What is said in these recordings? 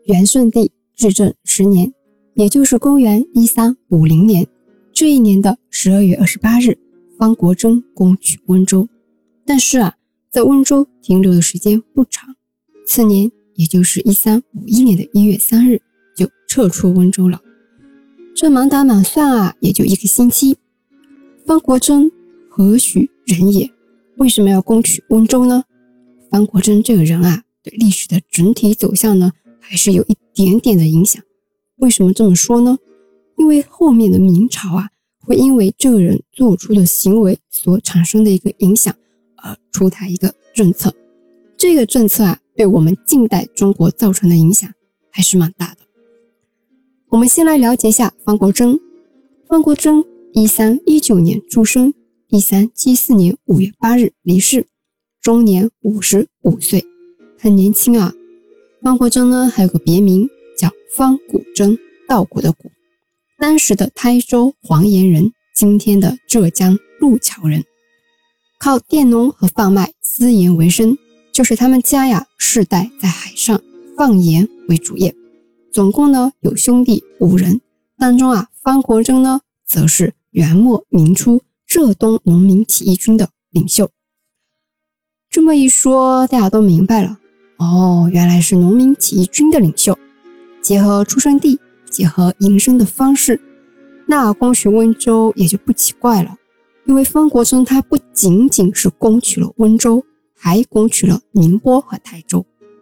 元顺帝至正10年，也就是公元1350年。这一年的12月28日，方国珍攻取温州。但是在温州停留的时间不长，次年也就是1351年的1月3日就撤出温州了。这满打满算也就1个星期。方国珍何许人也？为什么要攻取温州呢？方国珍这个人对历史的整体走向呢，还是有一点点的影响。为什么这么说呢？因为后面的明朝会因为这个人做出的行为所产生的一个影响而出台一个政策。这个政策对我们近代中国造成的影响还是蛮大的。我们先来了解一下方国珍。方国珍1319年出生，1374年5月8日离世，终年55岁，很年轻方国珍呢还有个别名叫方古珍，稻谷的谷，当时的台州黄岩人，今天的浙江路桥人，靠佃农和贩卖私盐为生，就是他们家世代在海上放盐为主业。总共呢有兄弟5人，当中方国珍呢则是元末明初浙东农民起义军的领袖。这么一说，大家都明白了，原来是农民起义军的领袖。结合出生地，结合营生的方式，那攻取温州也就不奇怪了。因为方国珍他不仅仅是攻取了温州，还攻取了宁波和台州。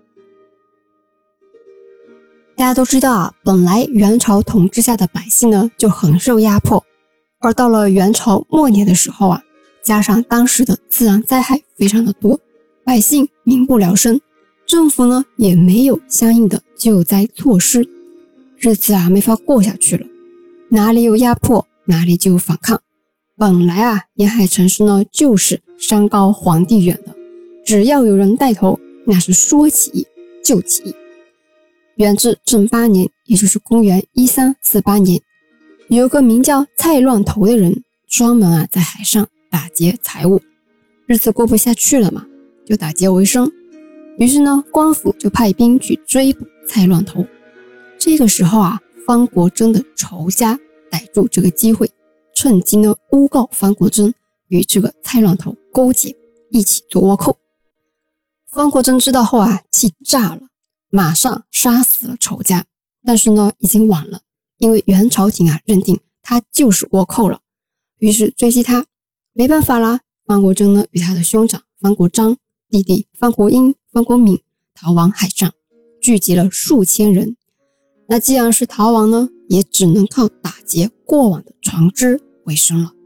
大家都知道本来元朝统治下的百姓呢就很受压迫，而到了元朝末年的时候加上当时的自然灾害非常的多，百姓民不聊生，政府呢也没有相应的救灾措施，日子没法过下去了。哪里有压迫，哪里就有反抗。本来沿海城市呢就是山高皇帝远的，只要有人带头，那是说起义就起义。元至正8年，也就是公元1348年，有个名叫蔡乱头的人，专门在海上打劫财物，日子过不下去了嘛，就打劫为生。于是呢，官府就派兵去追捕蔡乱头。这个时候方国珍的仇家逮住这个机会，趁机呢诬告方国珍与这个蔡乱头勾结，一起做倭寇。方国珍知道后气炸了，马上杀死了仇家。但是呢已经晚了，因为元朝廷认定他就是倭寇了，于是追击他。没办法啦，方国珍呢与他的兄长方国璋、弟弟方国英、方国敏逃往海上，聚集了数千人。那既然是逃亡呢，也只能靠打劫过往的船只为生了。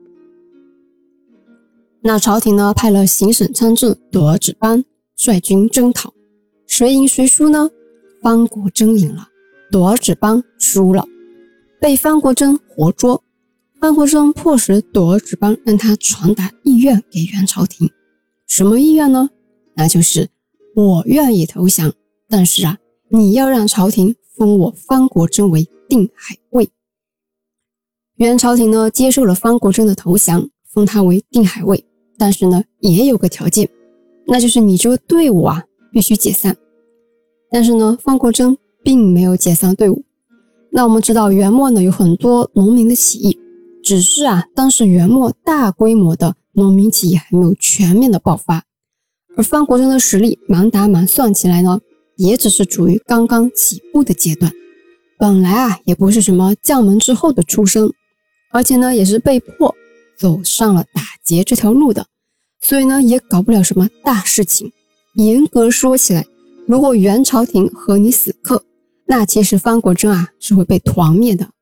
那朝廷呢派了行省参政朵儿子邦率军征讨，谁赢谁输呢？方国珍赢了，朵儿子邦输了，被方国珍活捉。方国珍迫使朵儿子邦让他传达意愿给元朝廷。什么意愿呢？那就是我愿意投降，但是你要让朝廷封我方国珍为定海尉。元朝廷呢接受了方国珍的投降，封他为定海尉，但是呢也有个条件，那就是你这个队伍必须解散。但是呢方国珍并没有解散队伍。那我们知道元末呢有很多农民的起义，只是当时元末大规模的农民起义还没有全面的爆发，而方国珍的实力满打满算起来呢也只是处于刚刚起步的阶段，本来也不是什么将门之后的出身，而且呢也是被迫走上了打劫这条路的，所以呢也搞不了什么大事情。严格说起来，如果元朝廷和你死磕，那其实方国珍是会被团灭的。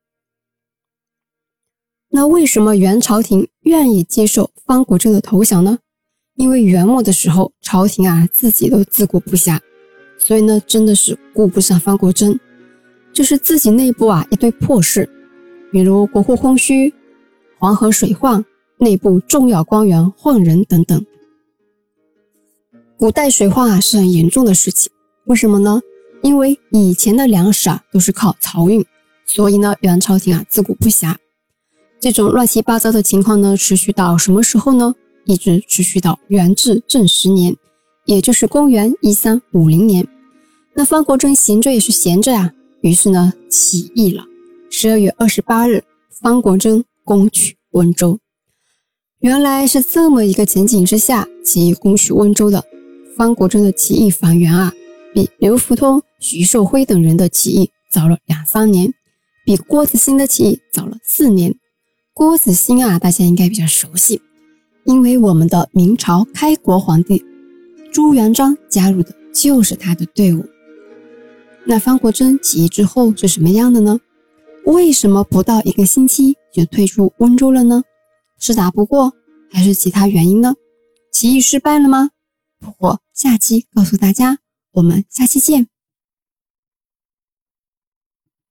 那为什么元朝廷愿意接受方国珍的投降呢？因为元末的时候朝廷自己都自顾不暇，所以呢真的是顾不上方国珍，就是自己内部一堆破事，比如国库空虚、黄河水患、内部重要官员换人等等。古代水患是很严重的事情，为什么呢？因为以前的粮食都是靠漕运，所以呢元朝廷自顾不暇。这种乱七八糟的情况呢持续到什么时候呢？一直持续到元至正10年，也就是公元1350年。 那方国珍闲着也是闲着啊，于是呢起义了。12月28日，方国珍攻取温州。原来是这么一个情景之下起义攻取温州的。方国珍的起义反袁啊，比刘福通、徐寿辉等人的起义早了2-3年，比郭子兴的起义早了4年。郭子兴啊，大家应该比较熟悉，因为我们的明朝开国皇帝朱元璋加入的就是他的队伍。那方国珍起义之后是什么样的呢？为什么不到1个星期就退出温州了呢？是打不过，还是其他原因呢？起义失败了吗？不过下期告诉大家，我们下期见。